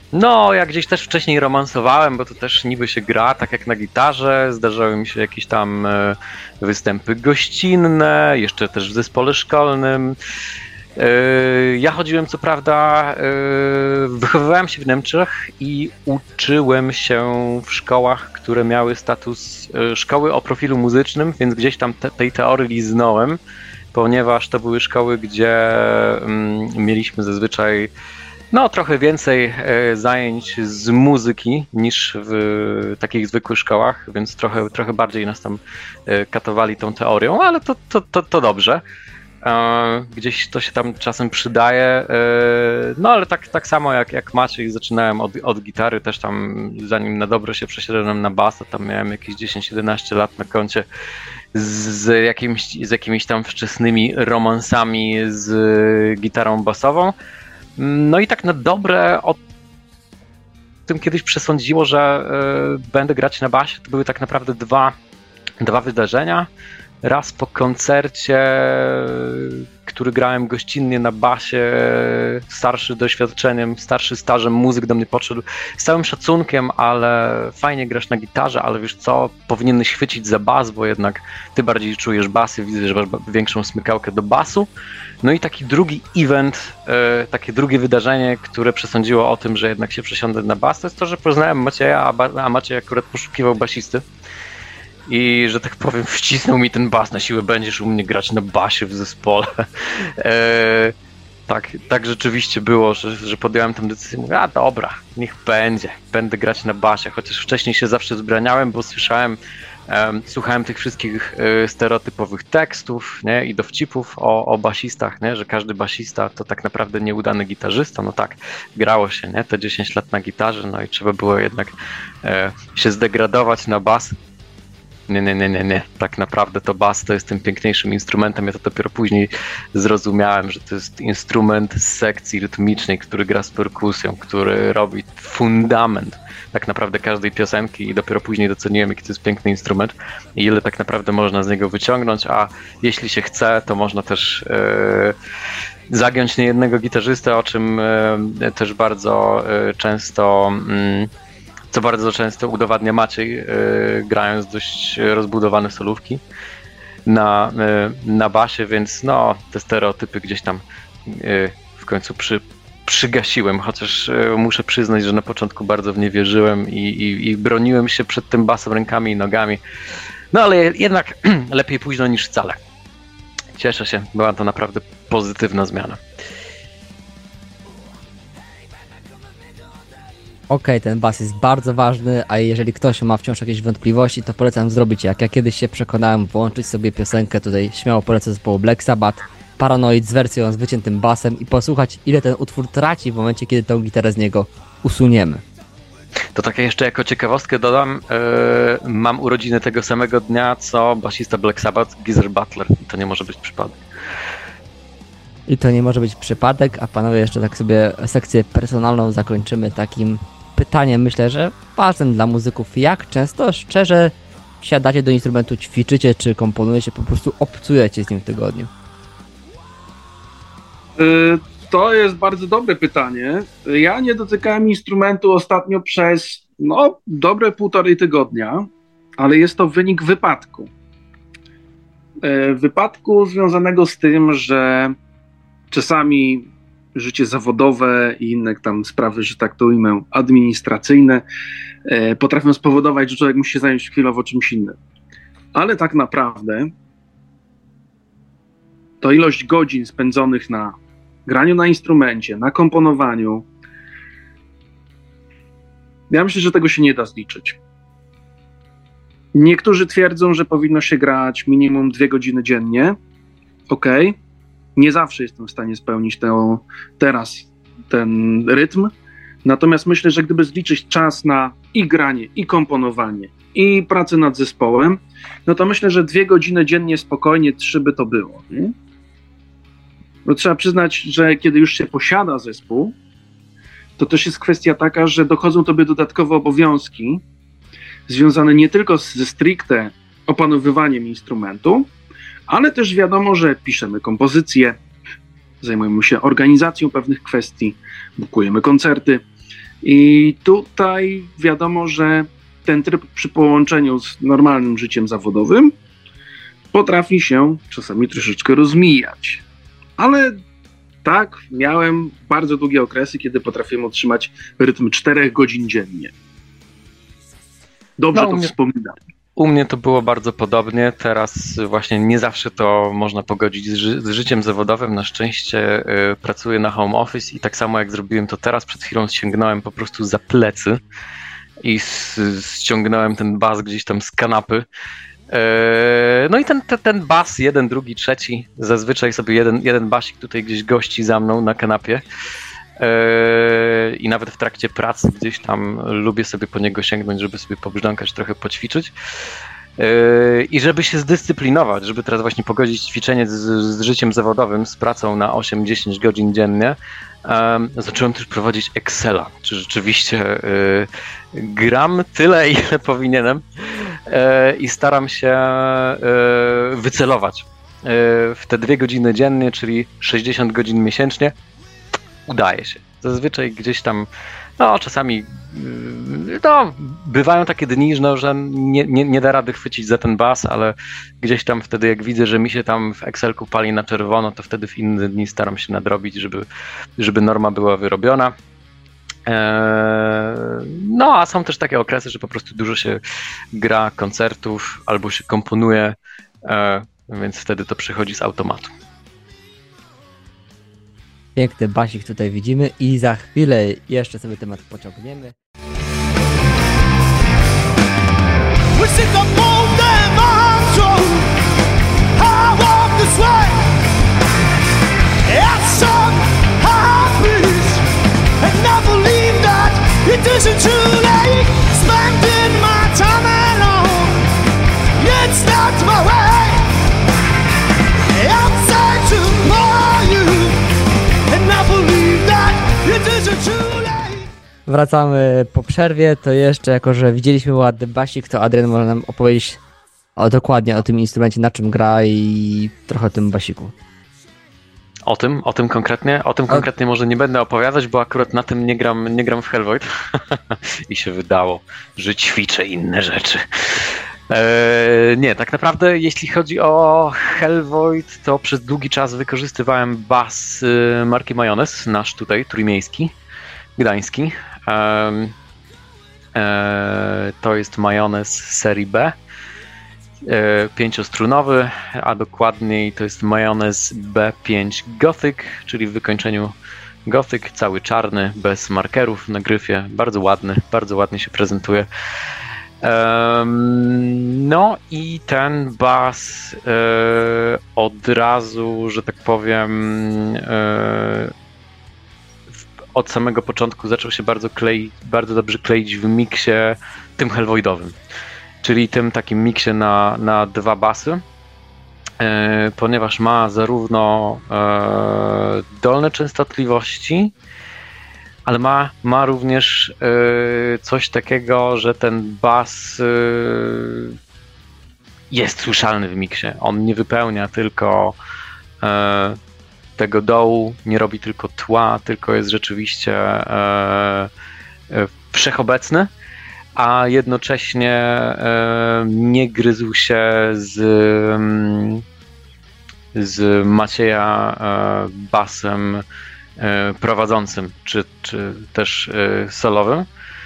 C: No, ja gdzieś też wcześniej romansowałem, bo to też niby się gra, tak jak na gitarze. Zdarzały mi się jakieś tam występy gościnne, jeszcze też w zespole szkolnym. Ja chodziłem, co prawda, wychowywałem się w Niemczech i uczyłem się w szkołach, które miały status szkoły o profilu muzycznym, więc gdzieś tam tej teorii liznąłem, ponieważ to były szkoły, gdzie mieliśmy zazwyczaj trochę więcej zajęć z muzyki niż w takich zwykłych szkołach, więc trochę bardziej nas tam katowali tą teorią, ale to dobrze. Gdzieś to się tam czasem przydaje, ale tak samo jak Maciej, zaczynałem od gitary, też tam zanim na dobre się przesiadłem na bas, to tam miałem jakieś 10-11 lat na koncie z jakimiś tam wczesnymi romansami z gitarą basową. No i tak na dobre o tym kiedyś przesądziło, że będę grać na basie. To były tak naprawdę dwa wydarzenia. Raz po koncercie, który grałem gościnnie na basie, starszy doświadczeniem, starszy stażem muzyk do mnie podszedł z całym szacunkiem, ale fajnie grasz na gitarze, ale wiesz co, powinieneś chwycić za bas, bo jednak ty bardziej czujesz basy, widzę, że masz większą smykałkę do basu. No i taki drugi event, takie drugie wydarzenie, które przesądziło o tym, że jednak się przesiądę na bas, to jest to, że poznałem Macieja, a Maciej akurat poszukiwał basisty. I, że tak powiem, wcisnął mi ten bas na siłę, będziesz u mnie grać na basie w zespole. Tak rzeczywiście było, że podjąłem tę decyzję, mówię, dobra, niech będzie, będę grać na basie, chociaż wcześniej się zawsze zbraniałem, bo słuchałem tych wszystkich stereotypowych tekstów, nie, i dowcipów o basistach, nie, że każdy basista to tak naprawdę nieudany gitarzysta. No tak, grało się, nie, te 10 lat na gitarze, no i trzeba było jednak się zdegradować na bas. Nie. Tak naprawdę to bas to jest tym piękniejszym instrumentem. Ja to dopiero później zrozumiałem, że to jest instrument z sekcji rytmicznej, który gra z perkusją, który robi fundament tak naprawdę każdej piosenki i dopiero później doceniłem, jaki to jest piękny instrument i ile tak naprawdę można z niego wyciągnąć, a jeśli się chce, to można też zagiąć niejednego gitarzystę, o czym też bardzo często udowadnia Maciej, grając dość rozbudowane solówki na basie, więc te stereotypy gdzieś tam w końcu przygasiłem, chociaż muszę przyznać, że na początku bardzo w nie wierzyłem i broniłem się przed tym basem rękami i nogami, ale jednak lepiej późno niż wcale. Cieszę się, była to naprawdę pozytywna zmiana.
A: Okej, ten bas jest bardzo ważny, a jeżeli ktoś ma wciąż jakieś wątpliwości, to polecam zrobić jak ja kiedyś się przekonałem, włączyć sobie piosenkę, tutaj śmiało polecę zespołu Black Sabbath, Paranoid z wersją z wyciętym basem i posłuchać, ile ten utwór traci w momencie, kiedy tą gitarę z niego usuniemy.
C: To takie jeszcze jako ciekawostkę dodam, mam urodziny tego samego dnia, co basista Black Sabbath, Geezer Butler. To nie może być przypadek.
A: I to nie może być przypadek, a panowie jeszcze tak sobie sekcję personalną zakończymy takim pytaniem, myślę, że ważnym dla muzyków. Jak często szczerze siadacie do instrumentu, ćwiczycie, czy komponujecie, po prostu obcujecie z nim w tygodniu?
B: To jest bardzo dobre pytanie. Ja nie dotykałem instrumentu ostatnio przez dobre 1,5 tygodnia, ale jest to wynik wypadku. Wypadku związanego z tym, że czasami życie zawodowe i inne tam sprawy, że tak to ujmę, administracyjne potrafią spowodować, że człowiek musi się zająć chwilowo czymś innym. Ale tak naprawdę to ilość godzin spędzonych na graniu na instrumencie, na komponowaniu, ja myślę, że tego się nie da zliczyć. Niektórzy twierdzą, że powinno się grać minimum 2 godziny dziennie. Okej. Nie zawsze jestem w stanie spełnić teraz ten rytm. Natomiast myślę, że gdyby zliczyć czas na i granie, i komponowanie, i pracę nad zespołem, to myślę, że 2 godziny dziennie spokojnie, 3 by to było. Nie? Bo trzeba przyznać, że kiedy już się posiada zespół, to też jest kwestia taka, że dochodzą tobie dodatkowe obowiązki związane nie tylko ze stricte opanowywaniem instrumentu, ale też wiadomo, że piszemy kompozycje, zajmujemy się organizacją pewnych kwestii, bukujemy koncerty, I tutaj wiadomo, że ten tryb przy połączeniu z normalnym życiem zawodowym potrafi się czasami troszeczkę rozmijać. Ale tak, miałem bardzo długie okresy, kiedy potrafiłem utrzymać rytm 4 godzin dziennie. Dobrze to wspominam.
C: U mnie to było bardzo podobnie. Teraz właśnie nie zawsze to można pogodzić z życiem zawodowym. Na szczęście pracuję na home office i tak samo jak zrobiłem to teraz, przed chwilą sięgnąłem po prostu za plecy i ściągnąłem ten bas gdzieś tam z kanapy. No i ten bas, jeden, drugi, trzeci, zazwyczaj sobie jeden basik tutaj gdzieś gości za mną na kanapie. I nawet w trakcie pracy gdzieś tam lubię sobie po niego sięgnąć, żeby sobie pobrzdąkać, trochę poćwiczyć i żeby się zdyscyplinować, żeby teraz właśnie pogodzić ćwiczenie z życiem zawodowym, z pracą na 8-10 godzin dziennie. Zacząłem też prowadzić Excela, czy rzeczywiście gram tyle, ile powinienem i staram się wycelować w te 2 godziny dziennie, czyli 60 godzin miesięcznie. Udaje się. Zazwyczaj gdzieś tam, no czasami bywają takie dni, że nie da rady chwycić za ten bas, ale gdzieś tam wtedy jak widzę, że mi się tam w Excelku pali na czerwono, to wtedy w inne dni staram się nadrobić, żeby norma była wyrobiona. No a są też takie okresy, że po prostu dużo się gra koncertów albo się komponuje, więc wtedy to przychodzi z automatu.
A: Piękny basik tutaj widzimy i za chwilę jeszcze sobie temat pociągniemy. Wracamy po przerwie, to jeszcze jako, że widzieliśmy ładny basik, to Adrian może nam opowiedzieć dokładnie o tym instrumencie, na czym gra i trochę o tym basiku.
C: O tym konkretnie? O tym konkretnie może nie będę opowiadać, bo akurat na tym nie gram w Hellvoid i się wydało, że ćwiczę inne rzeczy. Nie, tak naprawdę jeśli chodzi o Hellvoid, to przez długi czas wykorzystywałem bas marki Majonez, nasz tutaj, trójmiejski, gdański. To jest Majonez serii B, 5-strunowy, a dokładniej to jest Majonez B5 Gothic, czyli w wykończeniu Gothic, cały czarny, bez markerów na gryfie, bardzo ładnie się prezentuje. No i ten bas od razu, że tak powiem, od samego początku zaczął się bardzo dobrze kleić w miksie tym hellvoidowym, czyli tym takim miksie na 2 basy, ponieważ ma zarówno dolne częstotliwości, ale ma również coś takiego, że ten bas jest słyszalny w miksie. On nie wypełnia tylko tego dołu, nie robi tylko tła, tylko jest rzeczywiście wszechobecny, a jednocześnie nie gryzł się z Macieja basem prowadzącym, czy też solowym.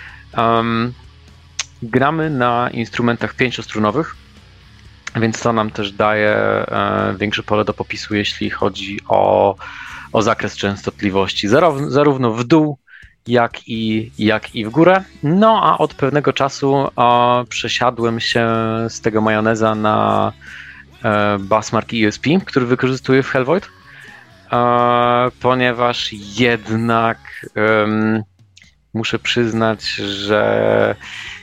C: Gramy na instrumentach 5-strunowych, więc to nam też daje większe pole do popisu, jeśli chodzi o zakres częstotliwości, zarówno w dół, jak i w górę. No a od pewnego czasu przesiadłem się z tego Majoneza na bas marki ESP, który wykorzystuję w Hellvoid, ponieważ jednak muszę przyznać, że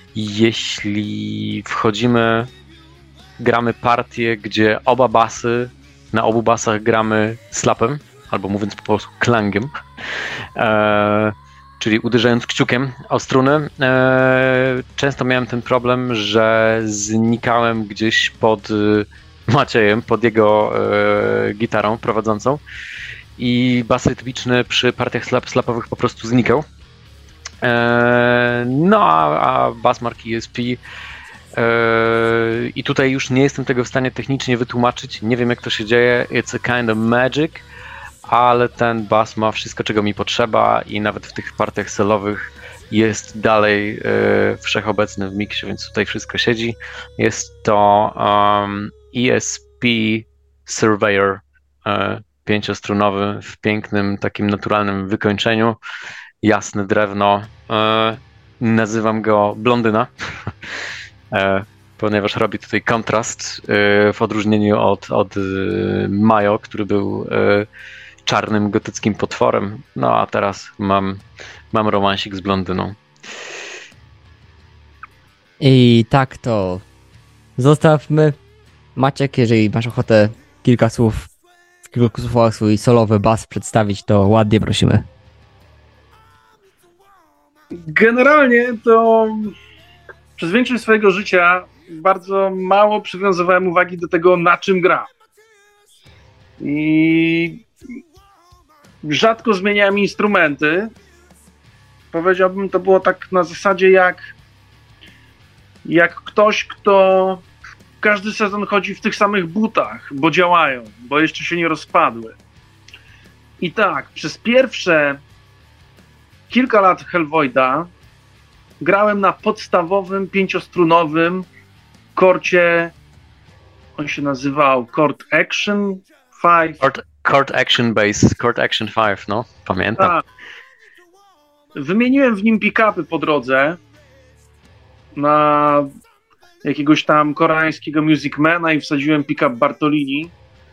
C: jeśli gramy partię, gdzie na obu basach gramy slapem, albo mówiąc po polsku klangiem, czyli uderzając kciukiem o struny, często miałem ten problem, że znikałem gdzieś pod Maciejem, pod jego gitarą prowadzącą i bas rytmiczny przy partiach slapowych po prostu znikał. No a bas marki ESP i tutaj już nie jestem tego w stanie technicznie wytłumaczyć, nie wiem jak to się dzieje, it's a kind of magic, ale ten bas ma wszystko czego mi potrzeba i nawet w tych partiach solowych jest dalej wszechobecny w miksie, więc tutaj wszystko siedzi. Jest to ESP Surveyor 5-strunowy w pięknym, takim naturalnym wykończeniu. Jasne drewno. Nazywam go Blondyna, ponieważ robi tutaj kontrast w odróżnieniu od Majo, który był czarnym, gotyckim potworem. No a teraz mam romansik z Blondyną.
A: I tak to zostawmy. Maciek, jeżeli masz ochotę w kilku słowach swój solowy bas przedstawić, to ładnie prosimy.
B: Generalnie to przez większość swojego życia bardzo mało przywiązywałem uwagi do tego, na czym gram. I rzadko zmieniałem instrumenty. Powiedziałbym, to było tak na zasadzie jak ktoś, kto każdy sezon chodzi w tych samych butach, bo działają, bo jeszcze się nie rozpadły. I tak, przez pierwsze kilka lat Hellvoida grałem na podstawowym 5-strunowym korcie, on się nazywał Chord Action 5.
C: Chord Action Bass, Chord Action 5, no, pamiętam.
B: Tak. Wymieniłem w nim pick-upy po drodze na jakiegoś tam koreańskiego Musicmana i wsadziłem pick-up Bartolini.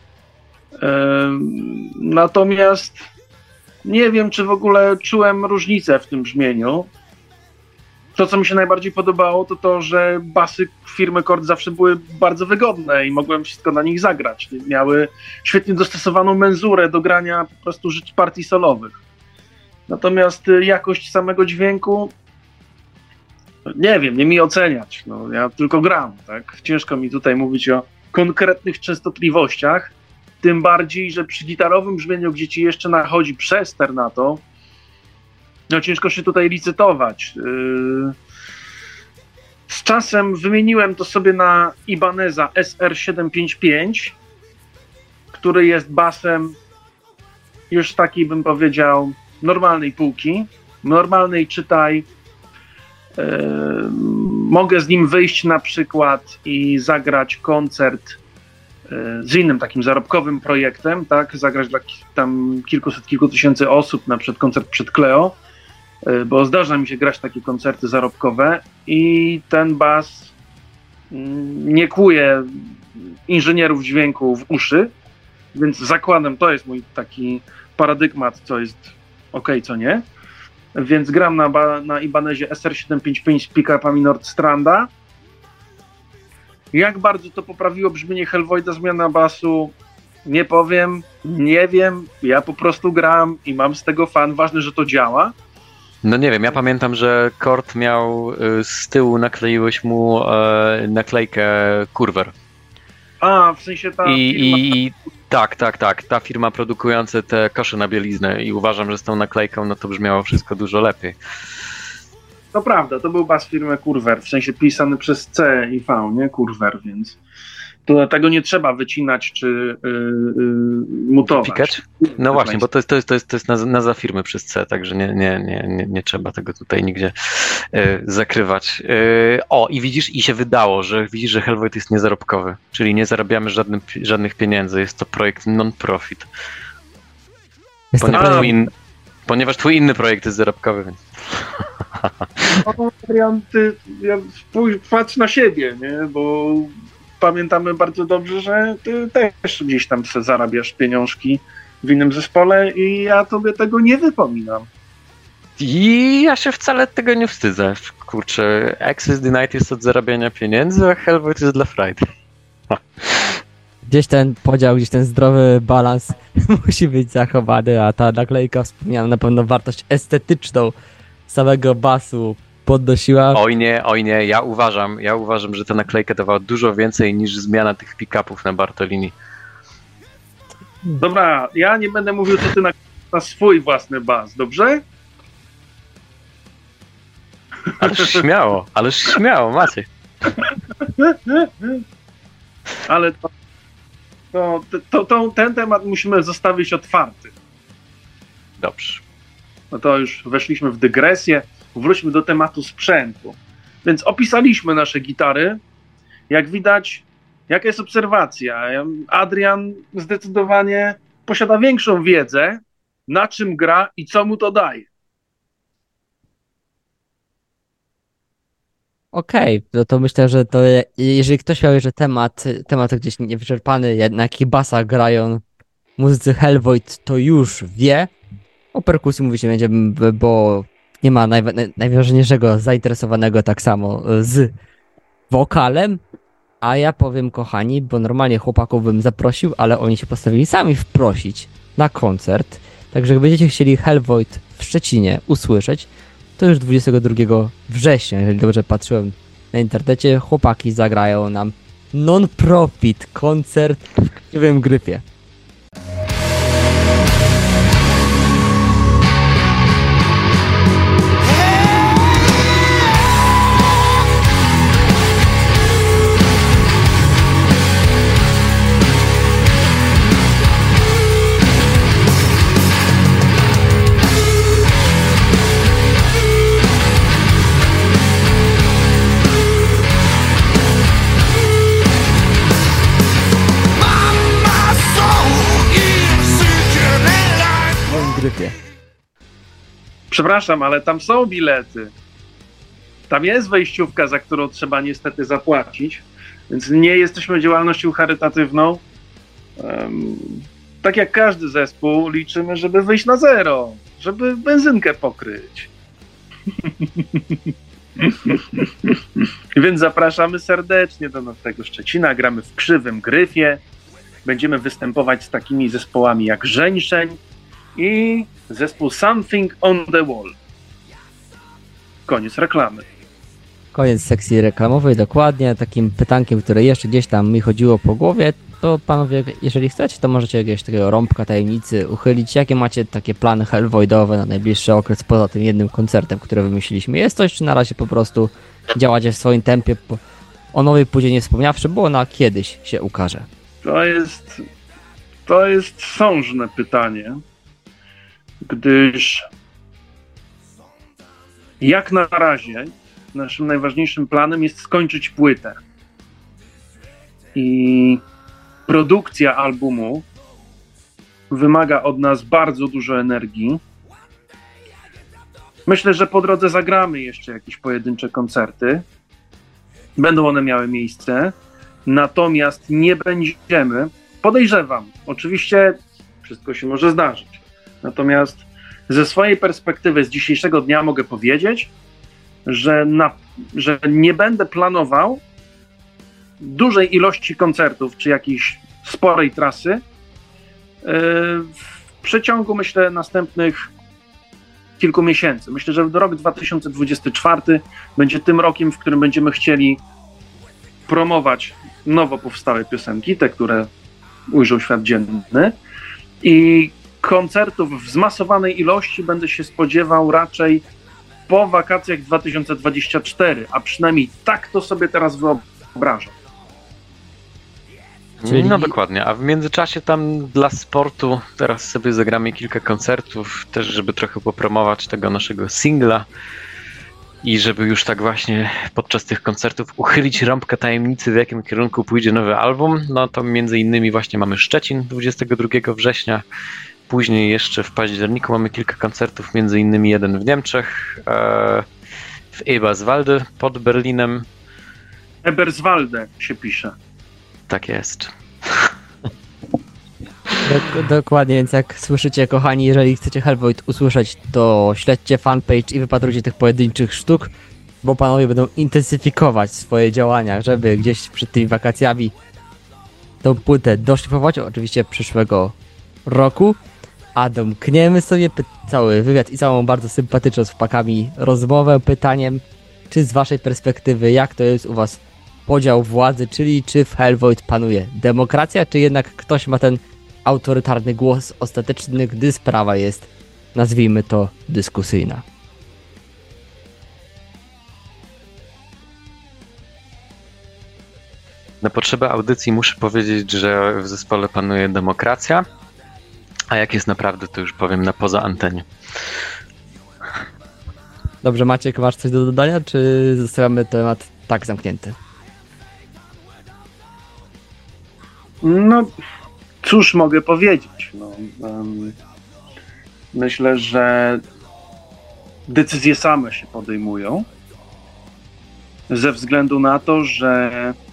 B: Natomiast nie wiem, czy w ogóle czułem różnicę w tym brzmieniu. To, co mi się najbardziej podobało, to to, że basy firmy Chord zawsze były bardzo wygodne i mogłem wszystko na nich zagrać. Miały świetnie dostosowaną menzurę do grania po prostu partii solowych. Natomiast jakość samego dźwięku, nie wiem, nie mi oceniać. No, ja tylko gram, tak? Ciężko mi tutaj mówić o konkretnych częstotliwościach, tym bardziej, że przy gitarowym brzmieniu, gdzie ci jeszcze nachodzi przester na to, no ciężko się tutaj licytować. Z czasem wymieniłem to sobie na Ibaneza SR755, który jest basem już takiej, bym powiedział, normalnej półki. Normalnej, czytaj. Mogę z nim wyjść na przykład i zagrać koncert z innym takim zarobkowym projektem, tak? Zagrać dla tam kilkuset, kilku tysięcy osób, na przykład koncert przed Cleo, bo zdarza mi się grać takie koncerty zarobkowe i ten bas nie kłuje inżynierów dźwięku w uszy, więc zakładam, to jest mój taki paradygmat, co jest ok, co nie. Więc gram na Ibanezie SR755 z pick-upami Nordstranda. Jak bardzo to poprawiło brzmienie Hellvoida, zmiana basu, nie powiem, nie wiem. Ja po prostu gram i mam z tego fan. Ważne, że to działa.
C: No nie wiem, ja pamiętam, że Chord miał z tyłu, nakleiłeś mu naklejkę Curver.
B: A, w sensie ta firma...
C: Tak, ta firma produkująca te kosze na bieliznę i uważam, że z tą naklejką no to brzmiało wszystko dużo lepiej.
B: To prawda, to był bas firmy Curver, w sensie pisany przez C i V, nie? Curver, więc to tego nie trzeba wycinać czy mutować.
C: Pikać? No właśnie, bo to jest nazwa firmy przez C, także nie trzeba tego tutaj nigdzie zakrywać. O, i widzisz, i się wydało, że Hellvoid jest niezarobkowy, czyli nie zarabiamy żadnych pieniędzy, jest to projekt non-profit. Ponieważ twój inny projekt jest zarobkowy, więc...
B: Adrian, patrz na siebie, nie? Bo pamiętamy bardzo dobrze, że ty też gdzieś tam sobie zarabiasz pieniążki w innym zespole i ja tobie tego nie wypominam.
C: I ja się wcale tego nie wstydzę. Kurczę, Access Denied jest od zarabiania pieniędzy, a Hellvoid jest dla frajdy.
A: Gdzieś ten podział, gdzieś ten zdrowy balans musi być zachowany, a ta naklejka wspomniana na pewno wartość estetyczną samego basu podnosiła.
C: Oj nie, ja uważam, że ta naklejka dawała dużo więcej niż zmiana tych pick-upów na Bartolini.
B: Dobra, ja nie będę mówił, co ty na swój własny bas, dobrze?
C: Ależ śmiało, Maciej.
B: Ale ten temat musimy zostawić otwarty.
C: Dobrze.
B: No to już weszliśmy w dygresję. Wróćmy do tematu sprzętu. Więc opisaliśmy nasze gitary. Jak widać, jaka jest obserwacja? Adrian zdecydowanie posiada większą wiedzę, na czym gra i co mu to daje.
A: Okej, no to myślę, że to jeżeli ktoś miał jeszcze temat gdzieś niewyczerpany, na jakich basach grają muzycy Hellvoid, to już wie. O perkusji mówić nie będzie, bo nie ma najważniejszego zainteresowanego tak samo z wokalem. A ja powiem, kochani, bo normalnie chłopaków bym zaprosił, ale oni się postawili sami wprosić na koncert. Także jak będziecie chcieli Hellvoid w Szczecinie usłyszeć, to już 22 września, jeżeli dobrze patrzyłem na internecie, chłopaki zagrają nam non-profit koncert w Krzywym Gryfie. Gryfie.
B: Przepraszam, ale tam są bilety. Tam jest wejściówka, za którą trzeba niestety zapłacić, więc nie jesteśmy działalnością charytatywną. Tak jak każdy zespół, liczymy, żeby wyjść na zero, żeby benzynkę pokryć. Więc zapraszamy serdecznie do naszego Szczecina. Gramy w Krzywym Gryfie. Będziemy występować z takimi zespołami jak Żeńszeń i zespół Something on the Wall. Koniec reklamy.
A: Koniec sekcji reklamowej, dokładnie. Takim pytankiem, które jeszcze gdzieś tam mi chodziło po głowie, to panowie, jeżeli chcecie, to możecie jakiegoś takiego rąbka tajemnicy uchylić. Jakie macie takie plany Hellvoidowe na najbliższy okres poza tym jednym koncertem, który wymyśliliśmy? Jest coś, czy na razie po prostu działacie w swoim tempie? O nowej płycie nie wspomniawszy, bo ona kiedyś się ukaże.
B: To jest sążne pytanie, gdyż jak na razie naszym najważniejszym planem jest skończyć płytę. I produkcja albumu wymaga od nas bardzo dużo energii. Myślę, że po drodze zagramy jeszcze jakieś pojedyncze koncerty. Będą one miały miejsce. Natomiast nie będziemy, podejrzewam, oczywiście wszystko się może zdarzyć. Natomiast ze swojej perspektywy z dzisiejszego dnia mogę powiedzieć, że nie będę planował dużej ilości koncertów czy jakiejś sporej trasy w przeciągu, myślę, następnych kilku miesięcy. Myślę, że rok 2024 będzie tym rokiem, w którym będziemy chcieli promować nowo powstałe piosenki, te, które ujrzą świat dzienny, i koncertów w zmasowanej ilości będę się spodziewał raczej po wakacjach 2024, a przynajmniej tak to sobie teraz wyobrażam.
A: Czyli...
C: No dokładnie, a w międzyczasie tam dla sportu teraz sobie zagramy kilka koncertów, też żeby trochę popromować tego naszego singla i żeby już tak właśnie podczas tych koncertów uchylić rąbkę tajemnicy, w jakim kierunku pójdzie nowy album. No to między innymi właśnie mamy Szczecin 22 września, później jeszcze w październiku mamy kilka koncertów, między innymi jeden w Niemczech, w Eberswalde pod Berlinem.
B: Eberswalde się pisze.
C: Tak jest.
A: Dokładnie, więc jak słyszycie, kochani, jeżeli chcecie Hellvoid usłyszeć, to śledźcie fanpage i wypatrujcie tych pojedynczych sztuk, bo panowie będą intensyfikować swoje działania, żeby gdzieś przed tymi wakacjami tą płytę doszlifować, oczywiście przyszłego roku, a domkniemy sobie cały wywiad i całą bardzo sympatyczną z chłopakami rozmowę pytaniem, czy z waszej perspektywy, jak to jest u was podział władzy, czyli czy w Hellvoid panuje demokracja, czy jednak ktoś ma ten autorytarny głos ostateczny, gdy sprawa jest, nazwijmy to, dyskusyjna.
C: Na potrzeby audycji muszę powiedzieć, że w zespole panuje demokracja, a jak jest naprawdę, to już powiem na poza antenie.
A: Dobrze, Maciek, masz coś do dodania, czy zostawiamy temat tak zamknięty?
B: No, cóż mogę powiedzieć? Myślę, że decyzje same się podejmują ze względu na to, że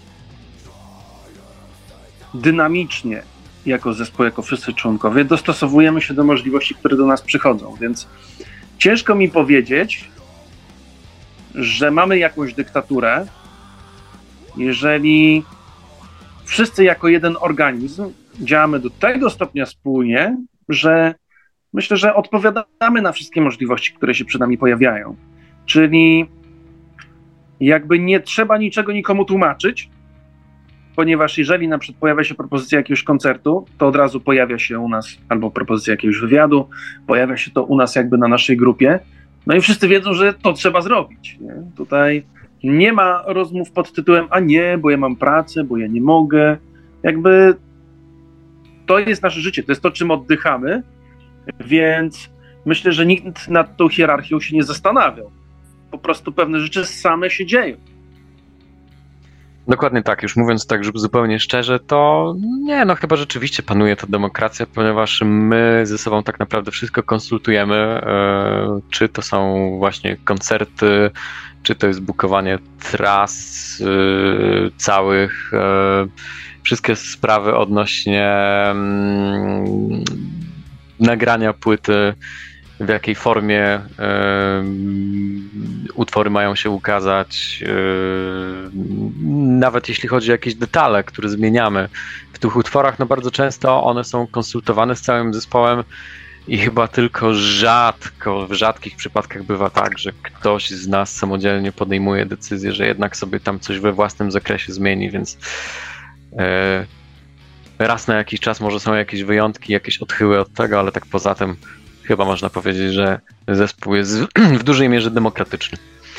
B: dynamicznie jako zespół, jako wszyscy członkowie dostosowujemy się do możliwości, które do nas przychodzą, więc ciężko mi powiedzieć, że mamy jakąś dyktaturę, jeżeli wszyscy jako jeden organizm działamy do tego stopnia spójnie, że myślę, że odpowiadamy na wszystkie możliwości, które się przed nami pojawiają. Czyli jakby nie trzeba niczego nikomu tłumaczyć, ponieważ jeżeli na przykład pojawia się propozycja jakiegoś koncertu, to od razu pojawia się u nas, albo propozycja jakiegoś wywiadu, pojawia się to u nas jakby na naszej grupie, no i wszyscy wiedzą, że to trzeba zrobić. Nie? Tutaj nie ma rozmów pod tytułem, a nie, bo ja mam pracę, bo ja nie mogę. Jakby to jest nasze życie, to jest to, czym oddychamy, więc myślę, że nikt nad tą hierarchią się nie zastanawiał. Po prostu pewne rzeczy same się dzieją.
C: Dokładnie tak, już mówiąc tak zupełnie szczerze, to nie, no chyba rzeczywiście panuje ta demokracja, ponieważ my ze sobą tak naprawdę wszystko konsultujemy, czy to są właśnie koncerty, czy to jest bukowanie tras całych, wszystkie sprawy odnośnie nagrania płyty, w jakiej formie utwory mają się ukazać, nawet jeśli chodzi o jakieś detale, które zmieniamy w tych utworach, no bardzo często one są konsultowane z całym zespołem i chyba tylko w rzadkich przypadkach bywa tak, że ktoś z nas samodzielnie podejmuje decyzję, że jednak sobie tam coś we własnym zakresie zmieni, więc raz na jakiś czas może są jakieś wyjątki, jakieś odchyły od tego, ale tak poza tym chyba można powiedzieć, że zespół jest w dużej mierze demokratyczny.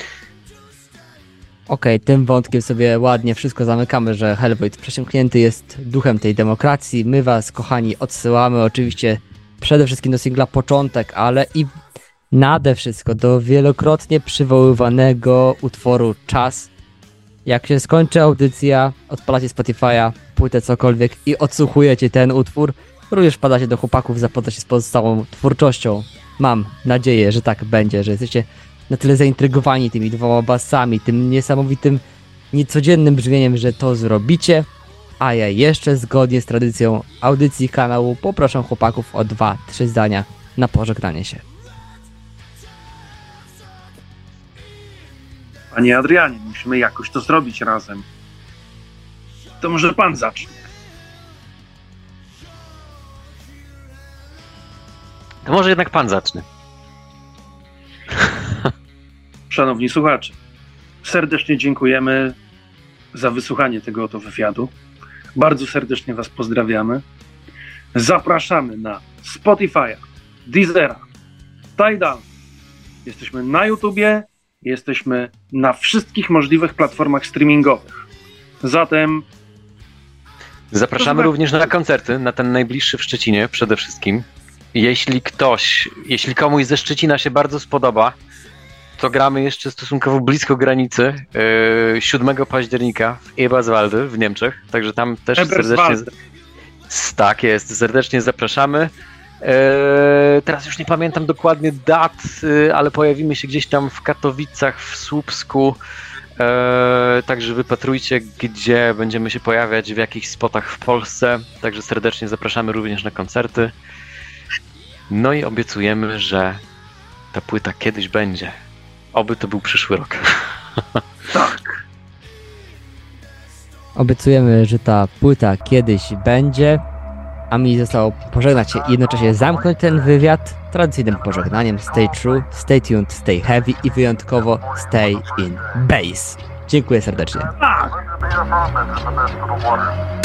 A: Okej, tym wątkiem sobie ładnie wszystko zamykamy, że Hellvoid przesiąknięty jest duchem tej demokracji. My was, kochani, odsyłamy oczywiście przede wszystkim do singla Początek, ale i nade wszystko do wielokrotnie przywoływanego utworu Czas. Jak się skończy audycja, odpalacie Spotify'a, płytę, cokolwiek i odsłuchujecie ten utwór, również wpadacie do chłopaków, zapoznać się z pozostałą twórczością. Mam nadzieję, że tak będzie, że jesteście na tyle zaintrygowani tymi dwoma basami, tym niesamowitym, niecodziennym brzmieniem, że to zrobicie. A ja jeszcze zgodnie z tradycją audycji kanału poproszę chłopaków o 2-3 zdania na pożegnanie się.
B: Panie Adrianie, musimy jakoś to zrobić razem. To może pan zacznie.
C: To może jednak pan zacznie.
B: Szanowni słuchacze, serdecznie dziękujemy za wysłuchanie tego oto wywiadu. Bardzo serdecznie was pozdrawiamy. Zapraszamy na Spotify'a, Deezera, Tidal. Jesteśmy na YouTubie, jesteśmy na wszystkich możliwych platformach streamingowych. Zatem
C: zapraszamy również na koncerty, na ten najbliższy w Szczecinie przede wszystkim. Jeśli komuś ze Szczecina się bardzo spodoba, to gramy jeszcze stosunkowo blisko granicy 7 października w Eberswalde w Niemczech, także tam też serdecznie zapraszamy. Teraz już nie pamiętam dokładnie dat, ale pojawimy się gdzieś tam w Katowicach, w Słupsku, także wypatrujcie, gdzie będziemy się pojawiać, w jakich spotach w Polsce, także serdecznie zapraszamy również na koncerty. No i obiecujemy, że ta płyta kiedyś będzie. Oby to był przyszły rok.
B: tak.
A: Obiecujemy, że ta płyta kiedyś będzie, a mi zostało pożegnać się i jednocześnie zamknąć ten wywiad tradycyjnym pożegnaniem. Stay true, stay tuned, stay heavy i wyjątkowo stay in bass. Dziękuję serdecznie.
B: Tak.